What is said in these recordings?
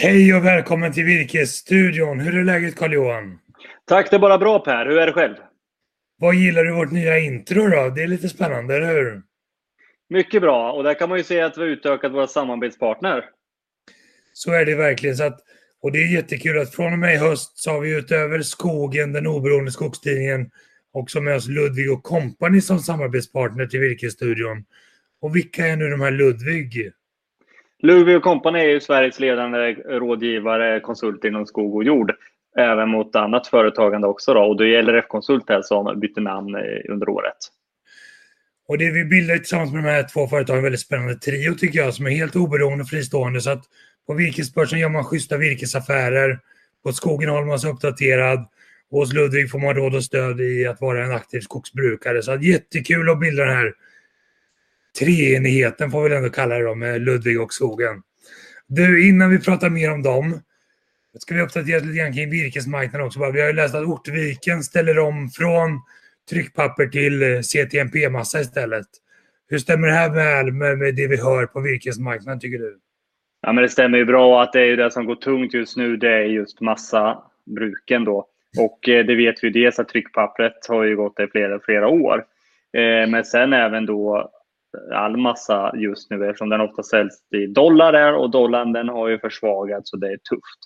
Hej och välkommen till Virkesstudion. Hur är läget, Carl-Johan? Tack, det är bara bra, Per. Hur är det själv? Vad gillar du vårt nya intro då? Det är lite spännande, eller hur? Mycket bra. Och där kan man ju se att vi har utökat våra samarbetspartner. Så är det verkligen. Och det är jättekul att från och med i höst så har vi utöver Skogen, den oberoende skogstidningen, också med oss Ludvig & Company som samarbetspartner till Virkesstudion. Och vilka är nu de här Ludvig? Ludvig & Company är ju Sveriges ledande rådgivare, konsult inom skog och jord. Även mot annat företagande också då. Och det är LRF Konsult här som bytte namn under året. Och det vi bildar tillsammans med de här två företagen är en väldigt spännande trio tycker jag, som är helt oberoende och fristående. Så att på Virkesbörsen gör man schyssta virkesaffärer. På Skogen håller man sig uppdaterad. Och hos Ludvig får man råd och stöd i att vara en aktiv skogsbrukare. Så att jättekul att bilda den här treenigheten, får vi väl ändå kalla det då, med Ludvig och Skogen. Du, innan vi pratar mer om dem ska vi uppdatera lite grann kring virkesmarknaden också. Vi har ju läst att Ortviken ställer om från tryckpapper till CTMP-massa istället. Hur stämmer det här med det vi hör på virkesmarknaden, tycker du? Ja, men det stämmer ju bra att det är ju det som går tungt just nu. Det är just massabruken då. Och det vet vi dels att tryckpappret har ju gått i flera år. Men sen även då all massa just nu, eftersom den ofta säljs i dollar där, och dollarn den har ju försvagats så det är tufft.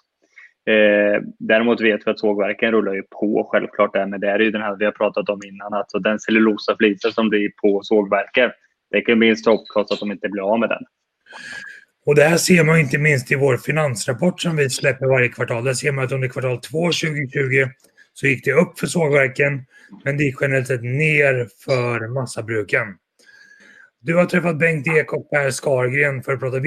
Däremot vet vi att sågverken rullar ju på självklart där, men det är ju den här vi har pratat om innan, alltså den cellulosafliser som blir på sågverken, det kan bli en stoppkloss att de inte blir av med den. Och det här ser man inte minst i vår finansrapport som vi släpper varje kvartal. Där ser man att under kvartal 2 2020 så gick det upp för sågverken, men det gick generellt sett ner för massabruken. Du har träffat Bengt Ek och Per Skargren för att prata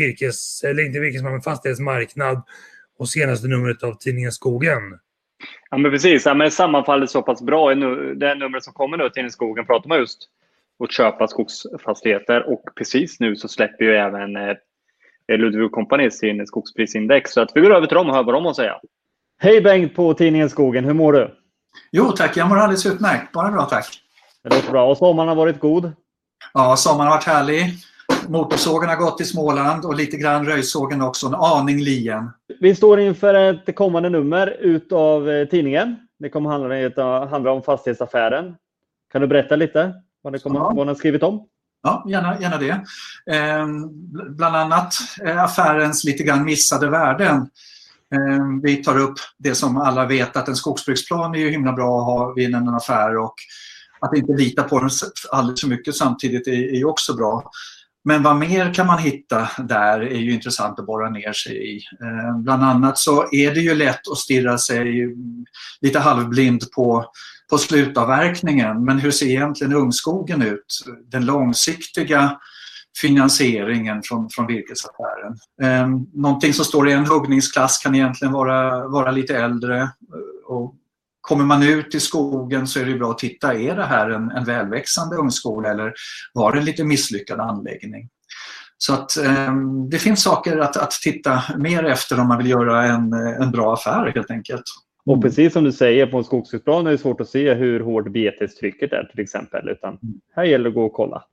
fastighetsmarknad och senaste numret av tidningen Skogen. Ja, men precis. Ja, men sammanfallet så pass bra. Det numret som kommer nu till tidningen Skogen pratar man just att köpa skogsfastigheter, och precis nu så släpper ju även Ludvig & Company sin skogsprisindex. Så att vi går över till dem och hör vad de har att säga. Hej Bengt på tidningen Skogen, hur mår du? Jo tack, jag mår alldeles utmärkt. Bara bra, tack. Det låter bra. Och sommaren har varit god? Ja, sommaren har varit härlig. Motorsågen har gått i Småland och lite grann röjsågen också, en aning lien. Vi står inför ett kommande nummer utav tidningen. Det kommer handla om fastighetsaffären. Kan du berätta lite vad ni har skrivit om? Ja, gärna det. Bland annat affärens lite grann missade värden. Vi tar upp det som alla vet, att en skogsbruksplan är ju himla bra att ha vid en affär, och att inte lita på den alldeles för mycket samtidigt är ju också bra. Men vad mer kan man hitta där är ju intressant att borra ner sig i. Bland annat så är det ju lätt att stirra sig lite halvblind på slutavverkningen. Men hur ser egentligen ungskogen ut? Den långsiktiga finansieringen från virkesaffären. Någonting som står i en huggningsklass kan egentligen vara lite äldre, och kommer man ut i skogen så är det bra att titta, är det här en välväxande ungskog eller var det en lite misslyckad anläggning? Så att det finns saker att titta mer efter om man vill göra en bra affär helt enkelt. Och precis som du säger, på en skogsbruksplan är det svårt att se hur hårt betestrycket är till exempel, utan här gäller det att gå och kolla.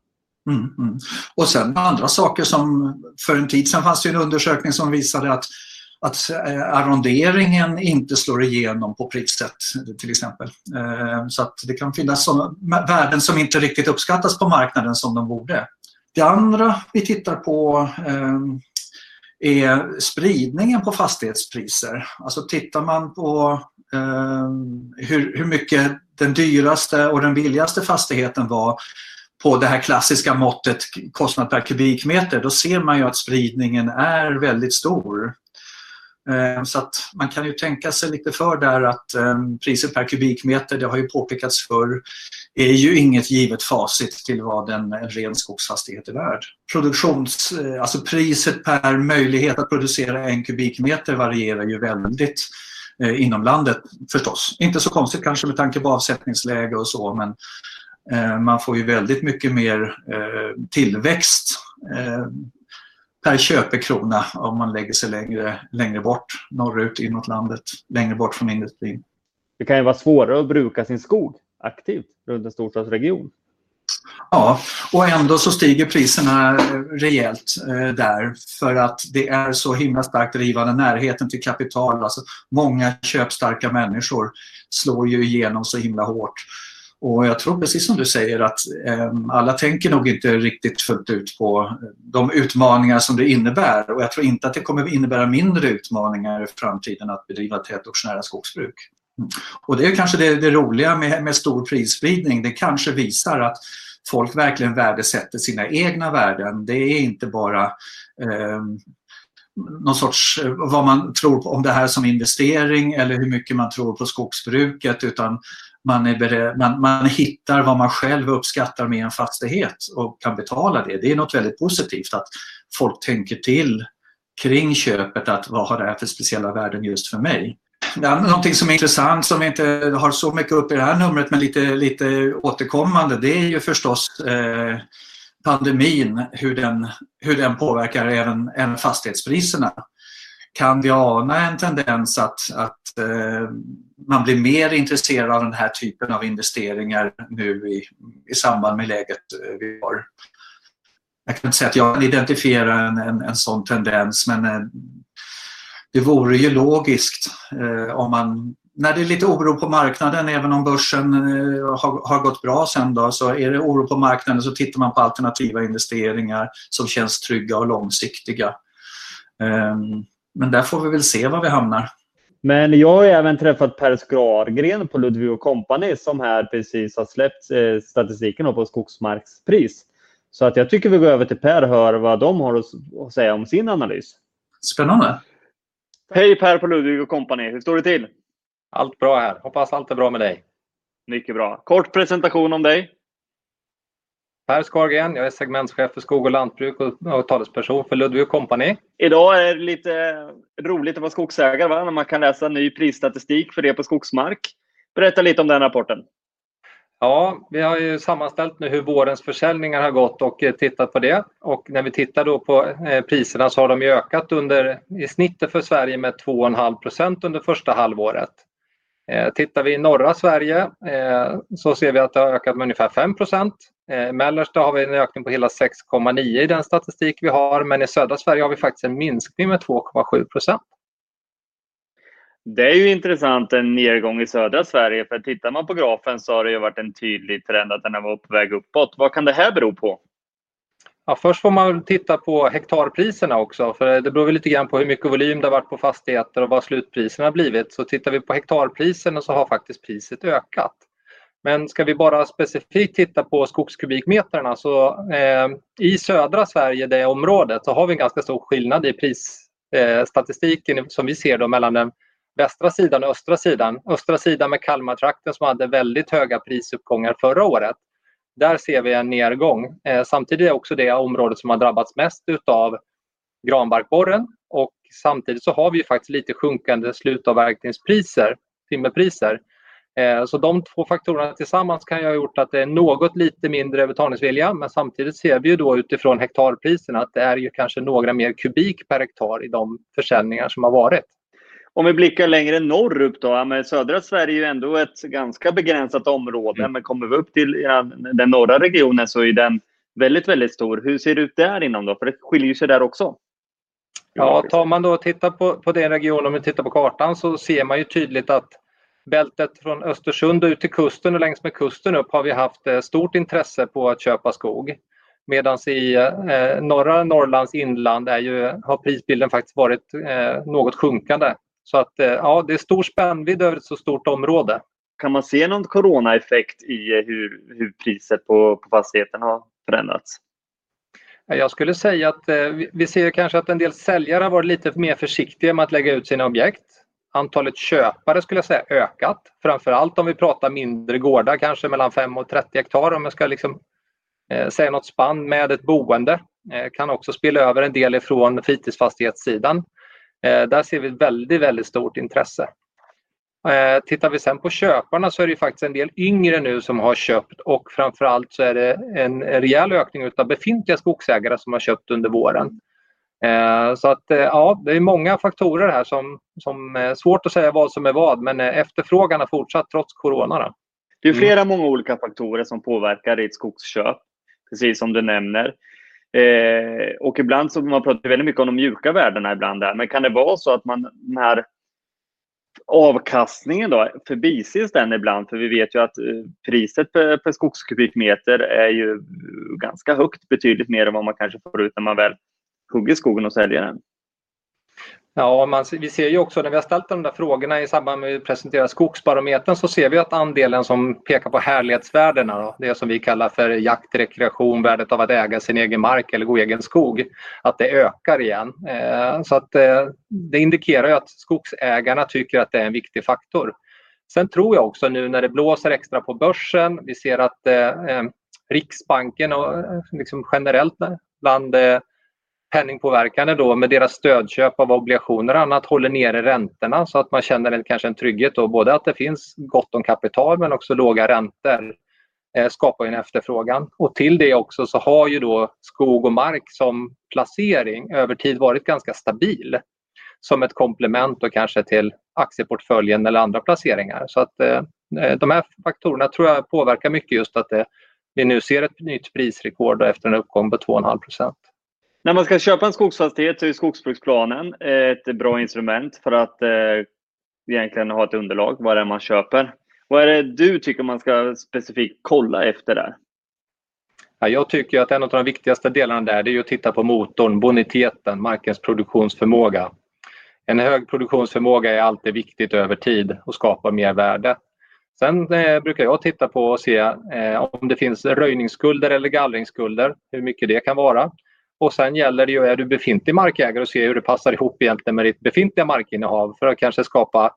Och sen andra saker, som för en tid sedan fanns det en undersökning som visade att arronderingen inte slår igenom på priset till exempel. Så att det kan finnas sådana värden som inte riktigt uppskattas på marknaden som de borde. Det andra vi tittar på är spridningen på fastighetspriser. Alltså tittar man på hur mycket den dyraste och den billigaste fastigheten var på det här klassiska måttet kostnad per kubikmeter, då ser man ju att spridningen är väldigt stor. Så att man kan ju tänka sig lite för där att priset per kubikmeter, det har ju påpekats förr, är ju inget givet facit till vad en ren skogsfastighet är värd. Alltså priset per möjlighet att producera 1 kubikmeter varierar ju väldigt inom landet förstås. Inte så konstigt kanske med tanke på avsättningsläge och så, men man får ju väldigt mycket mer tillväxt per köpekrona om man lägger sig längre bort, norrut inåt landet, längre bort från industrin. Det kan ju vara svårare att bruka sin skog aktivt runt en storstadsregion. Ja, och ändå så stiger priserna rejält där för att det är så himla starkt drivande närheten till kapital. Alltså många köpstarka människor slår ju igenom så himla hårt. Och jag tror precis som du säger att alla tänker nog inte riktigt fullt ut på de utmaningar som det innebär. Och jag tror inte att det kommer innebära mindre utmaningar i framtiden att bedriva tätortsnära skogsbruk. Och det är kanske det roliga med stor prisspridning. Det kanske visar att folk verkligen värdesätter sina egna värden. Det är inte bara någon sorts vad man tror på om det här som investering eller hur mycket man tror på skogsbruket, utan man hittar vad man själv uppskattar med en fastighet och kan betala det. Det är något väldigt positivt att folk tänker till kring köpet, att vad har det här för speciella värden just för mig. Någonting som är intressant som vi inte har så mycket upp i det här numret men lite återkommande, det är ju förstås pandemin, hur den påverkar även fastighetspriserna. Kan vi ana en tendens att man blir mer intresserad av den här typen av investeringar nu i samband med läget vi har? Jag kan inte säga att jag kan identifiera en sån tendens, men det vore ju logiskt om när det är lite oro på marknaden, även om börsen har gått bra sen då, så är det oro på marknaden så tittar man på alternativa investeringar som känns trygga och långsiktiga. Men där får vi väl se var vi hamnar. Men jag har även träffat Per Skrargren på Ludvig & Company som här precis har släppt statistiken på skogsmarkspris. Så att jag tycker vi går över till Per och hör vad de har att säga om sin analys. Spännande. Hej Per på Ludvig & Company, hur står det till? Allt bra här. Hoppas allt är bra med dig. Mycket bra. Kort presentation om dig. Per Skargren, jag är segmentschef för skog och lantbruk och talesperson för Ludvig & Company. Idag är det lite roligt att vara skogsägare, va? När man kan läsa ny prisstatistik för det på skogsmark. Berätta lite om den rapporten. Ja, vi har ju sammanställt nu hur vårens försäljningar har gått och tittat på det. Och när vi tittar då på priserna så har de ju ökat i snittet för Sverige med 2,5% under första halvåret. Tittar vi i norra Sverige så ser vi att det har ökat med ungefär 5%. Mellersta har vi en ökning på hela 6,9% i den statistik vi har, men i södra Sverige har vi faktiskt en minskning med 2,7%. Det är ju intressant, en nedgång i södra Sverige, för tittar man på grafen så har det ju varit en tydlig trend att den har varit på väg uppåt. Vad kan det här bero på? Ja, först får man titta på hektarpriserna också, för det beror väl lite grann på hur mycket volym det har varit på fastigheter och vad slutpriserna har blivit. Så tittar vi på hektarpriserna så har faktiskt priset ökat. Men ska vi bara specifikt titta på skogskubikmeterna så i södra Sverige, det området, så har vi en ganska stor skillnad i prisstatistiken som vi ser då mellan den västra sidan och östra sidan. Östra sidan med Kalmartrakten som hade väldigt höga prisuppgångar förra året. Där ser vi en nedgång. Samtidigt är också det området som har drabbats mest utav granbarkborren, och samtidigt så har vi ju faktiskt lite sjunkande slutavverkningspriser, timmerpriser. Så de två faktorerna tillsammans kan ju ha gjort att det är något lite mindre betalningsvilja, men samtidigt ser vi ju då utifrån hektarpriserna att det är ju kanske några mer kubik per hektar i de försäljningar som har varit. Om vi blickar längre norrut då, men södra Sverige är ju ändå ett ganska begränsat område, men kommer vi upp till den norra regionen så är den väldigt, väldigt stor. Hur ser det ut där inom då? För det skiljer sig där också. Ja, tar man då och tittar på den regionen, om vi tittar på kartan, så ser man ju tydligt att bältet från Östersund ut till kusten och längs med kusten upp har vi haft stort intresse på att köpa skog. Medan i norra Norrlands inland har prisbilden faktiskt varit något sjunkande. Så att ja, det är stor spännvidd över ett så stort område. Kan man se någon coronaeffekt i hur priset på fastigheten har förändrats? Jag skulle säga att vi ser kanske att en del säljare har varit lite mer försiktiga med att lägga ut sina objekt. Antalet köpare skulle jag säga ökat. Framförallt om vi pratar mindre gårdar, kanske mellan 5 och 30 hektar. Om jag ska säga något spann med ett boende. Kan också spela över en del ifrån fritidsfastighetssidan. Där ser vi väldigt, väldigt stort intresse. Tittar vi sen på köparna så är det faktiskt en del yngre nu som har köpt, och framförallt så är det en rejäl ökning av befintliga skogsägare som har köpt under våren. Så att ja, det är många faktorer här som är svårt att säga vad som är vad, men efterfrågan har fortsatt trots corona. Det är många olika faktorer som påverkar ditt skogsköp. precis som du nämner. Och ibland så man pratar väldigt mycket om de mjuka värdena ibland där. Men kan det vara så att den här avkastningen då förbises den ibland? För vi vet ju att priset per skogskubikmeter är ju ganska högt, betydligt mer än vad man kanske får ut när man väl hugger skogen och säljer den. Ja, vi ser ju också när vi har ställt de där frågorna i samband med att presentera skogsbarometern, så ser vi att andelen som pekar på härlighetsvärdena, då, det som vi kallar för jakt, rekreation, värdet av att äga sin egen mark eller gå egen skog, att det ökar igen. Så att det indikerar ju att skogsägarna tycker att det är en viktig faktor. Sen tror jag också nu när det blåser extra på börsen, vi ser att Riksbanken och liksom generellt bland penningpåverkande då med deras stödköp av obligationer och annat håller nere räntorna så att man känner kanske en trygghet då, både att det finns gott om kapital men också låga räntor skapar en efterfrågan. Och till det också så har ju då skog och mark som placering över tid varit ganska stabil som ett komplement och kanske till aktieportföljen eller andra placeringar. Så att de här faktorerna tror jag påverkar mycket just att vi nu ser ett nytt prisrekord efter en uppgång på 2,5%. När man ska köpa en skogsfastighet så är skogsbruksplanen ett bra instrument för att egentligen ha ett underlag vad det är man köper. Vad är det du tycker man ska specifikt kolla efter där? Ja, jag tycker att en av de viktigaste delarna där det är att titta på motorn, boniteten, markens produktionsförmåga. En hög produktionsförmåga är alltid viktigt över tid och skapar mer värde. Sen brukar jag titta på och se om det finns röjningsskulder eller gallringsskulder, hur mycket det kan vara. Och sen gäller det ju, är du befintlig markägare, och se hur det passar ihop egentligen med ditt befintliga markinnehav för att kanske skapa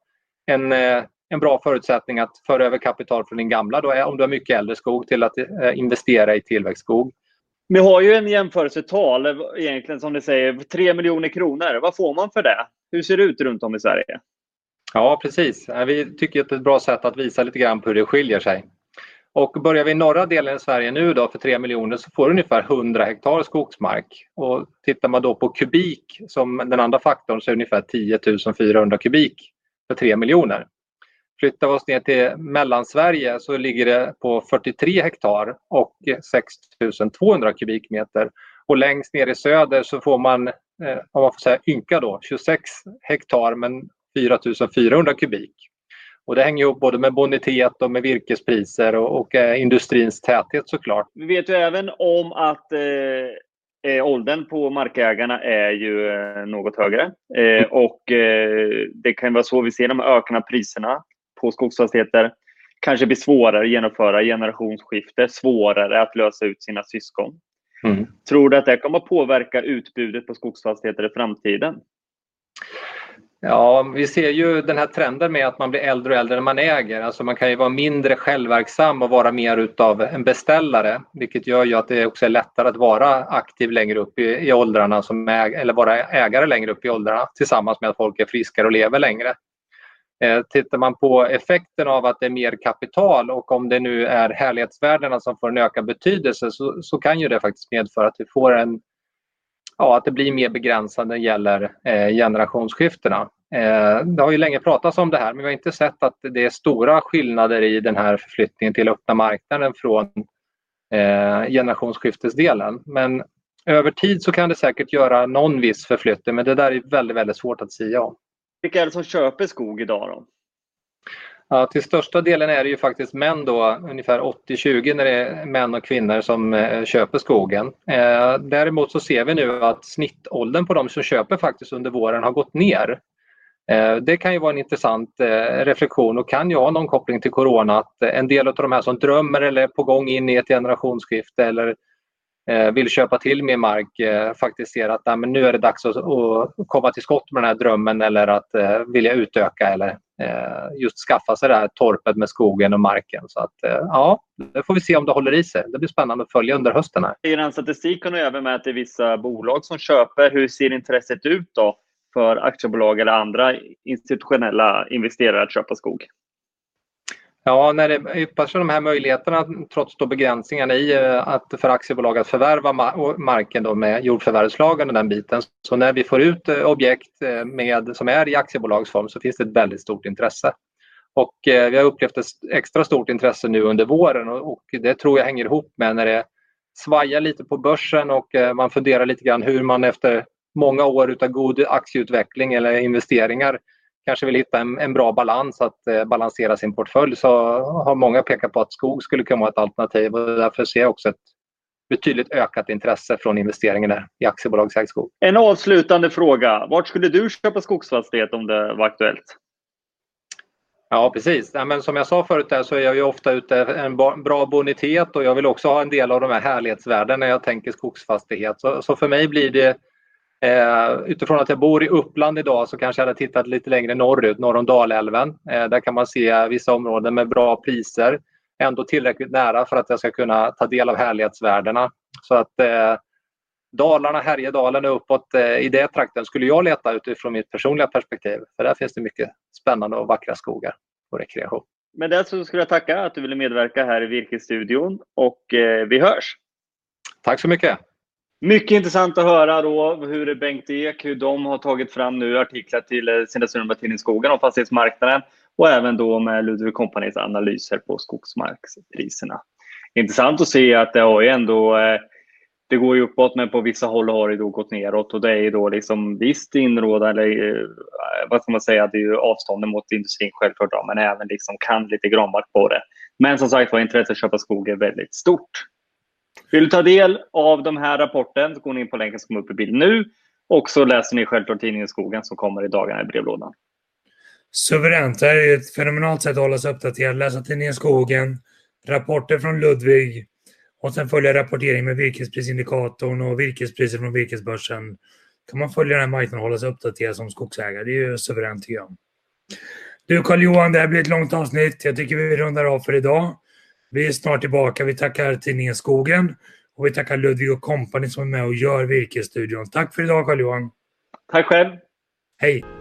en bra förutsättning att föra över kapital från din gamla, då, om du har mycket äldre skog, till att investera i tillväxtskog. Vi har ju en jämförelsetal egentligen som du säger, 3 miljoner kronor. Vad får man för det? Hur ser det ut runt om i Sverige? Ja, precis. Vi tycker att det är ett bra sätt att visa lite grann på hur det skiljer sig. Och börjar vi i norra delen av Sverige nu då för 3 miljoner så får du ungefär 100 hektar skogsmark. Och tittar man då på kubik som den andra faktorn så är det ungefär 10 400 kubik för 3 miljoner. Flyttar vi oss ner till Mellansverige så ligger det på 43 hektar och 6 200 kubikmeter. Och längst ner i söder så får man, om man får säga ynka då, 26 hektar men 4 400 kubik. Och det hänger ihop både med bonitet och med virkespriser och industrins täthet såklart. Vi vet ju även om att åldern på markägarna är ju något högre. Och det kan vara så vi ser de ökande priserna på skogsfastigheter. Kanske blir svårare att genomföra generationsskifte, svårare att lösa ut sina syskon. Mm. Tror du att det kommer att påverka utbudet på skogsfastigheter i framtiden? Ja, vi ser ju den här trenden med att man blir äldre och äldre när man äger. Alltså man kan ju vara mindre självverksam och vara mer utav en beställare. Vilket gör ju att det också är lättare att vara aktiv längre upp i åldrarna eller vara ägare längre upp i åldrarna tillsammans med att folk är friskare och lever längre. Tittar man på effekten av att det är mer kapital och om det nu är härlighetsvärdena som får en ökad betydelse så kan ju det faktiskt medföra att vi får att det blir mer begränsande när det gäller generationsskiftena. Det har ju länge pratats om det här men vi har inte sett att det är stora skillnader i den här förflyttningen till öppna marknaden från generationsskiftesdelen. Men över tid så kan det säkert göra någon viss förflyttning men det där är väldigt, väldigt svårt att säga om. Vilka är det som köper skog idag då? Ja, till största delen är det ju faktiskt män då, ungefär 80-20 när det är män och kvinnor som köper skogen. Däremot så ser vi nu att snittåldern på de som köper faktiskt under våren har gått ner. Det kan ju vara en intressant reflektion och kan ju ha någon koppling till corona att en del av de här som drömmer eller är på gång in i ett generationsskifte eller vill köpa till mer mark faktiskt ser att men nu är det dags att komma till skott med den här drömmen eller att vilja utöka eller just skaffa sig det här torpet med skogen och marken. Så att det får vi se om det håller i sig. Det blir spännande att följa under hösten här. I den statistiken och även med att det är vissa bolag som köper, hur ser intresset ut då för aktiebolag eller andra institutionella investerare att köpa skog? Ja, när det yppar sig de här möjligheterna trots då begränsningarna i att för aktiebolag att förvärva marken då med jordförvärvslagen och den biten. Så när vi får ut objekt som är i aktiebolagsform så finns det ett väldigt stort intresse. Och vi har upplevt ett extra stort intresse nu under våren och det tror jag hänger ihop med när det svajar lite på börsen och man funderar lite grann hur man efter många år utav god aktieutveckling eller investeringar kanske vill hitta en bra balans att balansera sin portfölj, så har många pekat på att skog skulle kunna vara ett alternativ, och därför ser jag också ett betydligt ökat intresse från investeringar i aktiebolagsägd skog. En avslutande fråga. Vart skulle du köpa skogsfastighet om det var aktuellt? Ja, precis. Ja, men som jag sa förut där, så är jag ju ofta ute en bra bonitet, och jag vill också ha en del av de här härlighetsvärden när jag tänker skogsfastighet. Så för mig blir det, utifrån att jag bor i Uppland idag, så kanske jag hade tittat lite längre norrut, norr om Dalälven. Där kan man se vissa områden med bra priser, ändå tillräckligt nära för att jag ska kunna ta del av härlighetsvärdena. Så att Dalarna, Härjedalen och uppåt i det trakten skulle jag leta utifrån mitt personliga perspektiv. För där finns det mycket spännande och vackra skogar och rekreation. Med det så skulle jag tacka att du ville medverka här i Virkesstudion, och vi hörs. Tack så mycket. Mycket intressant att höra då hur Bengt Ek, hur de har tagit fram nu artiklar till senaste numret av tidningen Skogen om fastighetsmarknaden, och även då med Ludvig Companys analyser på skogsmarkspriserna. Intressant att se att det har ju ändå, det går ju uppåt, men på vissa håll har det då gått neråt, och det är ju då liksom visst inråda, eller vad ska man säga, det är ju avstånden mot industrin självklart då, men även liksom kan lite granbart på det. Men som sagt var, intresset att köpa skog är väldigt stort. Vill du ta del av de här rapporten så går ni in på länken som kommer upp i bild nu, och så läser ni självklart tidningen Skogen som kommer i dagarna i brevlådan. Suveränt. Det här är ett fenomenalt sätt att hålla sig uppdaterad. Läsa tidningen Skogen, rapporter från Ludvig, och sen följa rapportering med virkesprisindikatorn och virkespriser från virkesbörsen. Kan man följa den här marknaden och hålla sig uppdaterad som skogsägare. Det är ju suveränt, tycker jag. Du Carl-Johan, det här blir ett långt avsnitt. Jag tycker vi rundar av för idag. Vi är snart tillbaka. Vi tackar tidningen Skogen, och vi tackar Ludvig Company som är med och gör Virkesstudion. Tack för idag, Carl-Johan. Tack själv. Hej.